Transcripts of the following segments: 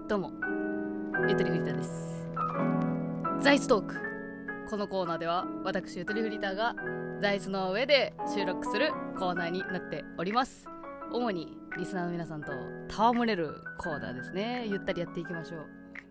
どうもゆとりフリーターです。座椅子トーク、このコーナーでは私ゆとりフリーターが座椅子の上で収録するコーナーになっております。主にリスナーの皆さんと戯れるコーナーですね。ゆったりやっていきましょう。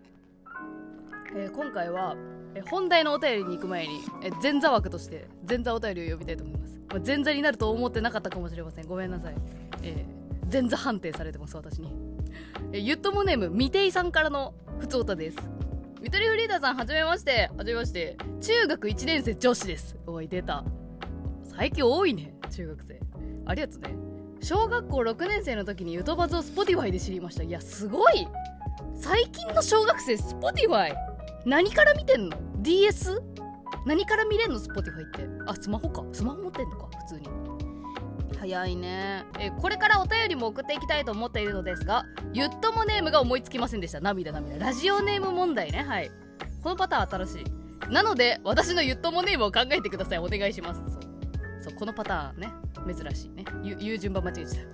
今回は本題のお便りに行く前に前座枠として前座お便りを読みたいと思います。前座になると思ってなかったかもしれません。ごめんなさい。前座判定されてます、私に。ゆっともネームみていさんからのふつおたです。ゆとりフリーターさん、はじめまして。はじめまして。中学1年生女子です。おい、出た。最近多いね、中学生。ありがとうね。小学校6年生の時にゆとばずを Spotify で知りました。いや、すごい。最近の小学生 Spotify 何から見てんの？ DS？ 何から見れんの Spotify って。あ、スマホか。スマホ持ってんのか、普通に。早いね。これからお便りも送っていきたいと思っているのですが、ゆっともネームが思いつきませんでした。涙。ラジオネーム問題ね。はい。このパターン新しい。なので私のゆっともネームを考えてください。お願いします。そう、このパターンね、珍しいね。言う順番間違えちゃった。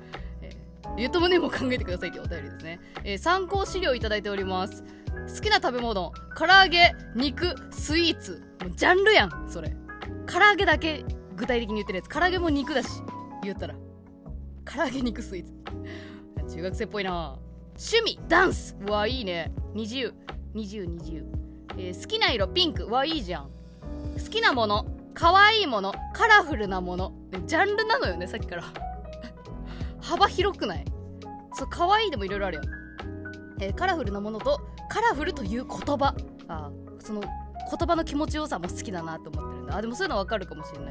ゆっともネームを考えてくださいというお便りですね。参考資料いただいております。好きな食べ物、唐揚げ、肉、スイーツ。もうジャンルやん、それ。唐揚げだけ具体的に言ってるやつ。唐揚げも肉だし、言ったら唐揚げ、肉、スイーツ。中学生っぽいな。趣味、ダンス。うわ、いいね。20、好きな色、ピンク。うわ、いいじゃん。好きなもの、可愛いもの、カラフルなもの。ジャンルなのよね、さっきから幅広くない？そう、可愛いでもいろいろあるよ。カラフルなものとカラフルという言葉。その言葉の気持ちよさも好きだなと思ってるんだ。でもそういうの分かるかもしれない。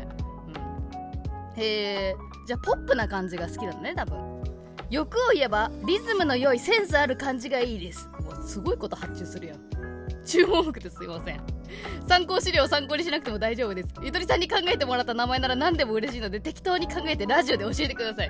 じゃあポップな感じが好きなのね、多分。欲を言えばリズムの良いセンスある感じがいいです。すごいこと発注するやん。注文服ですいません。参考資料を参考にしなくても大丈夫です。ゆとりさんに考えてもらった名前なら何でも嬉しいので適当に考えてラジオで教えてください。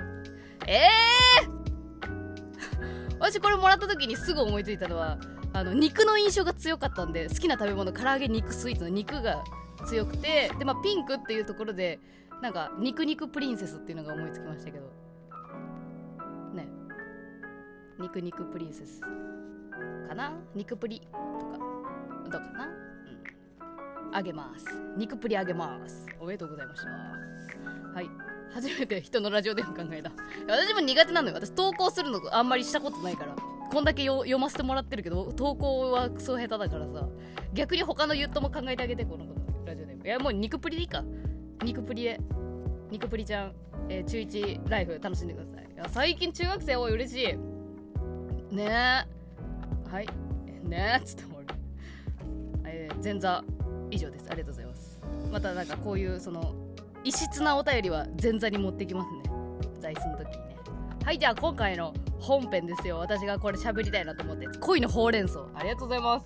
私これもらった時にすぐ思いついたのは肉の印象が強かったんで、好きな食べ物、唐揚げ、肉、スイーツの肉が強くて、で、ピンクっていうところでなんか肉プリンセスっていうのが思いつきましたけどね。肉プリンセスかな。肉プリとかどうかな。あげます。肉プリあげます。おめでとうございました。はい、初めて人のラジオでも考えた。私も苦手なのよ。私投稿するのあんまりしたことないから、こんだけ読ませてもらってるけど投稿はクソ下手だからさ、逆に他のユットも考えてあげて。このラジオでも。いや、もう肉プリでいいか。肉プリちゃん、中1ライフ楽しんでください。いや、最近中学生多い。嬉しいねえ。はいねえつっても前座以上です。ありがとうございます。またなんかこういうその異質なお便りは前座に持ってきますね、座椅子の時にね。はい、じゃあ今回の本編ですよ。私がこれ喋りたいなと思って、恋のほうれん草。ありがとうございます。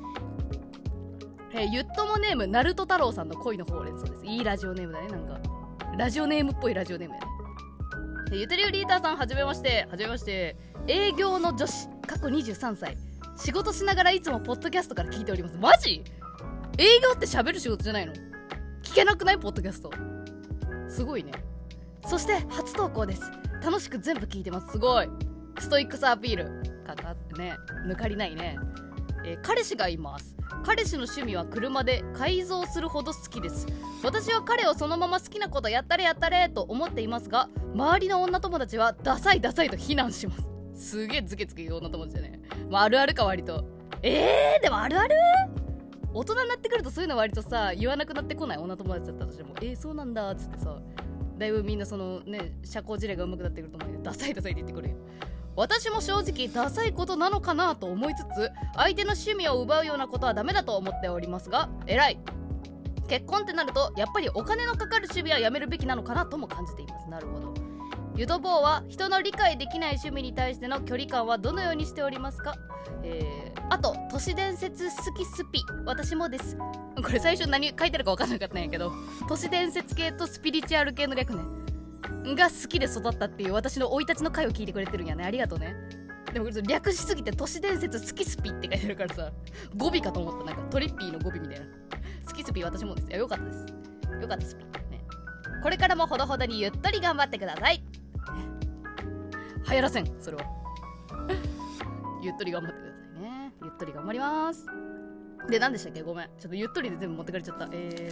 ゆっともネームナルト太郎さんの恋のほうれん草です。いいラジオネームだね。なんかラジオネームっぽいラジオネームやね。ゆとりフリーターさん、はじめまして。はじめまして。営業の女子過去23歳、仕事しながらいつもポッドキャストから聞いております。マジ？営業って喋る仕事じゃないの？聞けなくない？ポッドキャストすごいね。そして初投稿です。楽しく全部聞いてます。すごいストイックさアピールかかってね。抜かりないね。彼氏がいます。彼氏の趣味は車で改造するほど好きです。私は彼をそのまま好きなことやったれと思っていますが、周りの女友達はダサいと非難します。すげえズケズケ言う女友達だね。あるあるか割と。でもあるある。大人になってくるとそういうの割とさ、言わなくなってこない？女友達だったとしてもそうなんだっつってさ、だいぶみんなそのね、社交辞令が上手くなってくると思うよ。ダサいって言ってくるよ。私も正直ダサいことなのかなと思いつつ、相手の趣味を奪うようなことはダメだと思っておりますが、偉い。結婚ってなるとやっぱりお金のかかる趣味はやめるべきなのかなとも感じています。なるほど。ゆとぼうは人の理解できない趣味に対しての距離感はどのようにしておりますか？あと都市伝説好きスピ、私もです。これ最初何書いてるか分かんなかったんやけど、都市伝説系とスピリチュアル系の略ねが好きで育ったっていう私の生い立ちの回を聞いてくれてるんやね。ありがとうね。でもこれ略しすぎて都市伝説好きスピって書いてるからさ、語尾かと思った。なんかトリッピーの語尾みたいな。好きスピ私もです。よかったです。よかったスピ、ね、これからもほどほどにゆっとり頑張ってください。流行らせんそれはゆっとり頑張ってくださいとり頑張ります。で、何でしたっけ、ごめん、ちょっとゆっとりで全部持ってかれちゃった。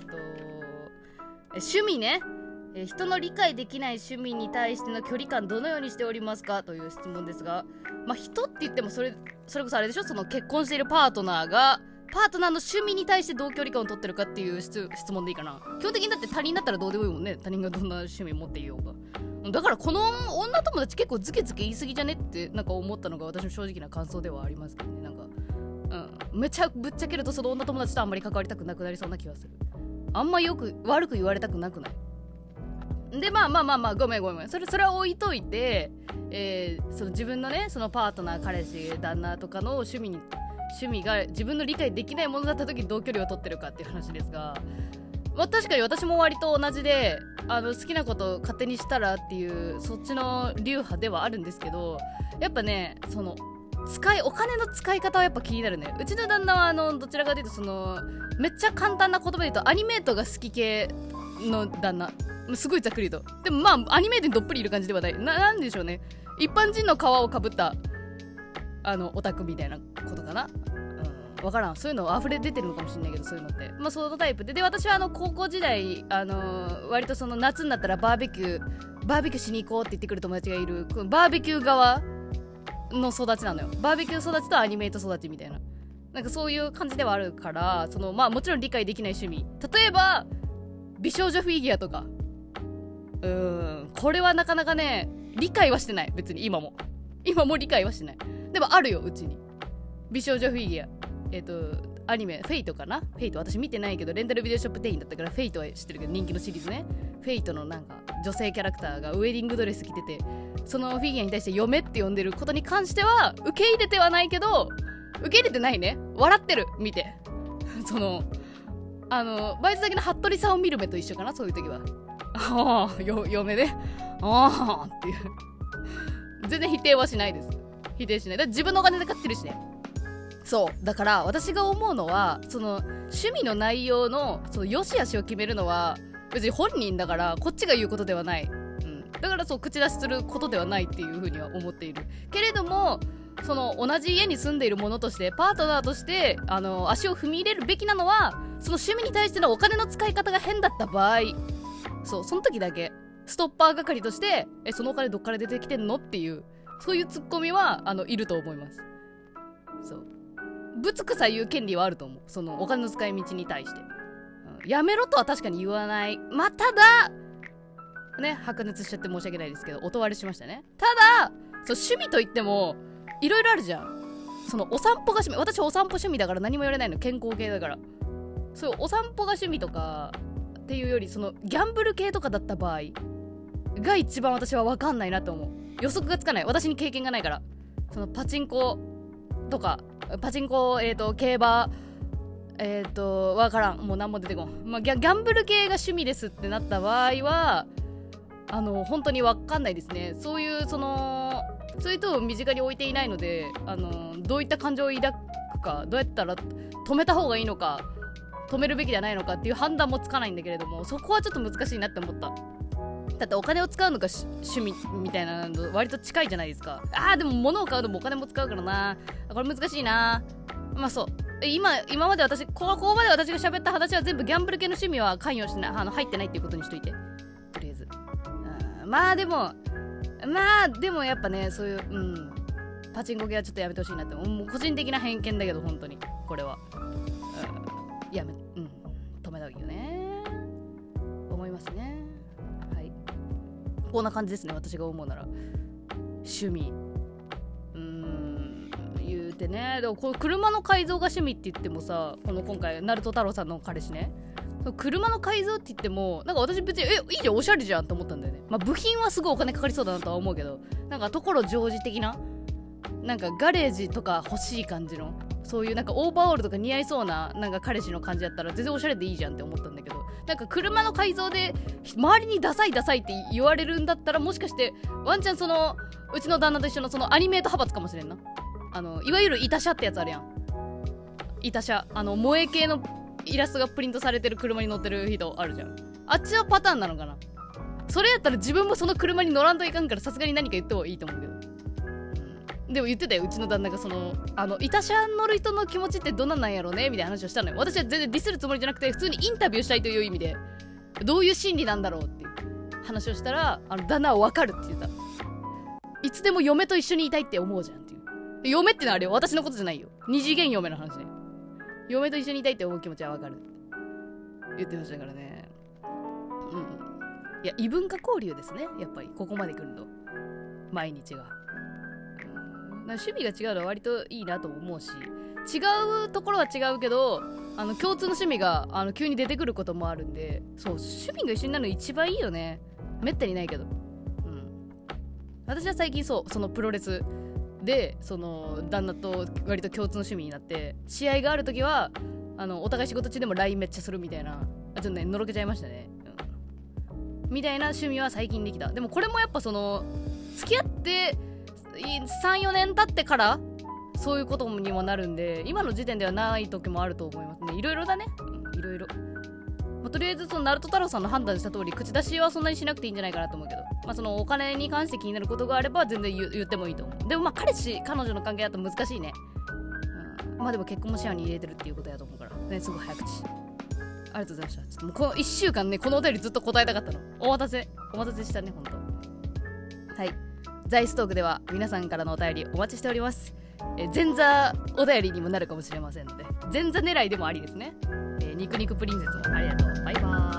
趣味ね。人の理解できない趣味に対しての距離感どのようにしておりますかという質問ですが、まあ人って言ってもそれこそあれでしょ、その結婚しているパートナーの趣味に対してどう距離感を取ってるかっていう質問でいいかな。基本的にだって他人だったらどうでもいいもんね、他人がどんな趣味持っていようが。だからこの女友達結構ズケズケ言い過ぎじゃねってなんか思ったのが私の正直な感想ではありますけどね。なんかめちゃぶっちゃけるとその女友達とあんまり関わりたくなくなりそうな気がする。あんま悪く言われたくなくない。で、まあごめんそれは置いといて、その自分のね、そのパートナー、彼氏、旦那とかの趣味が自分の理解できないものだった時にどう距離を取ってるかっていう話ですが、まあ、確かに私も割と同じで、好きなことを勝手にしたらっていうそっちの流派ではあるんですけど、やっぱね、そのお金の使い方はやっぱ気になるね。うちの旦那はどちらかというとそのめっちゃ簡単な言葉で言うとアニメートが好き系の旦那、すごいざっくりと。でもまあアニメートにどっぷりいる感じではない。なんでしょうね、一般人の皮をかぶったオタクみたいなことかな。わからん、そういうの溢れ出てるのかもしれないけど、そういうのってまあそのタイプで、私は高校時代割とその夏になったらバーベキューしに行こうって言ってくる友達がいる、バーベキュー側の育ちなのよ。バーベキュー育ちとアニメート育ちみたいな、なんかそういう感じではあるから、そのまあもちろん理解できない趣味、例えば美少女フィギュアとか、これはなかなかね理解はしてない。別に今も理解はしてない。でもあるよ、うちに美少女フィギュア。アニメフェイトかな。フェイト私見てないけど、レンタルビデオショップ店員だったからフェイトは知ってるけど、人気のシリーズね。フェイトのなんか女性キャラクターがウェディングドレス着てて、そのフィギュアに対して嫁って呼んでることに関しては受け入れてはないけど、受け入れてないね、笑ってる見てそのバイト先の服部さんを見る目と一緒かな、そういう時は。ああ嫁ね、ああっていう全然否定はしないです。否定しない。だって自分のお金で買ってるしね。そうだから私が思うのは、その趣味の内容のその良し悪しを決めるのは別に本人だから、こっちが言うことではない、だからそう口出しすることではないっていうふうには思っているけれども、その同じ家に住んでいる者としてパートナーとして足を踏み入れるべきなのは、その趣味に対してのお金の使い方が変だった場合、その時だけストッパー係としてそのお金どっから出てきてんのっていう、そういうツッコミはいると思います。そうぶつくさ言う権利はあると思う、そのお金の使い道に対して、やめろとは確かに言わない。まあただね、白熱しちゃって申し訳ないですけど音割れしましたね。ただ趣味といってもいろいろあるじゃん。そのお散歩が趣味、私お散歩趣味だから何も言われないの、健康系だから。そうお散歩が趣味とかっていうより、そのギャンブル系とかだった場合が一番私は分かんないなと思う。予測がつかない、私に経験がないから。そのパチンコとか競馬わからん、もう何も出てこん、ギャンブル系が趣味ですってなった場合は本当に分かんないですね。そういうそういう人を身近に置いていないので、どういった感情を抱くか、どうやったら止めた方がいいのか、止めるべきじゃないのかっていう判断もつかないんだけれども、そこはちょっと難しいなって思った。だってお金を使うのが趣味みたいなの割と近いじゃないですか。でも物を買うのもお金も使うからな、これ難しいな。まあそう今までここまで私が喋った話は全部ギャンブル系の趣味は関与してない、入ってないっていうことにしといて、とりあえず。まあでもやっぱね、そういうパチンコ系はちょっとやめてほしいなって、もう個人的な偏見だけど、本当にこれは止めた方がいいよね、思いますね。はい、こんな感じですね、私が思うなら趣味。言うてね、でもこれ車の改造が趣味って言ってもさ、今回ナルト太郎さんの彼氏ね、車の改造って言ってもなんか私別にいいじゃん、おしゃれじゃんと思ったんだよね。まあ部品はすごいお金かかりそうだなとは思うけど、なんか所ジョージ的な、なんかガレージとか欲しい感じの、そういうなんかオーバーオールとか似合いそうななんか彼氏の感じだったら全然おしゃれでいいじゃんって思ったんだけど、なんか車の改造で周りにダサいって言われるんだったら、もしかしてワンチャンうちの旦那と一緒のアニメート派閥かもしれんな。いわゆる板車ってやつあるやん。板車萌え系のイラストがプリントされてる車に乗ってる人あるじゃん。あっちのパターンなのかな。それやったら自分もその車に乗らんといかんから、さすがに何か言ってもいいと思うけど、 でも言ってたよ、うちの旦那がイタシャ乗る人の気持ちってどんなんなんやろうねみたいな話をしたのよ。私は全然ディスるつもりじゃなくて、普通にインタビューしたいという意味で、どういう心理なんだろうっていう話をしたら、旦那は分かるって言った。いつでも嫁と一緒にいたいって思うじゃんっていう。嫁ってのはあれよ、私のことじゃないよ、二次元嫁の話ね。嫁と一緒にいたいって思う気持ちは分かるって言ってましたからね。いや、異文化交流ですね、やっぱりここまで来ると毎日が。趣味が違うのは割といいなと思うし、違うところは違うけど共通の趣味が急に出てくることもあるんで、そう、趣味が一緒になるの一番いいよね。めったにないけど。私は最近そのプロレスで旦那と割と共通の趣味になって、試合があるときはお互い仕事中でも LINE めっちゃするみたいな、ちょっとねのろけちゃいましたね、みたいな趣味は最近できた。でもこれもやっぱ付き合って3、4年経ってからそういうことにもなるんで、今の時点ではない時もあると思いますね。いろいろだね、いろいろ。とりあえずナルト太郎さんの判断した通り、口出しはそんなにしなくていいんじゃないかなと思うけど、お金に関して気になることがあれば全然言ってもいいと思う。でも彼女の関係だと難しいね。でも結婚も視野に入れてるっていうことやと思うからね。すごい早口。ありがとうございました。ちょっともうこの1週間ね、このお便りずっと答えたかったの。お待たせしたね、ほんと。はい。ザイストークでは皆さんからのお便りお待ちしております。前座お便りにもなるかもしれませんので、前座狙いでもありですね。肉肉プリンセスもありがとう。バイバーイ。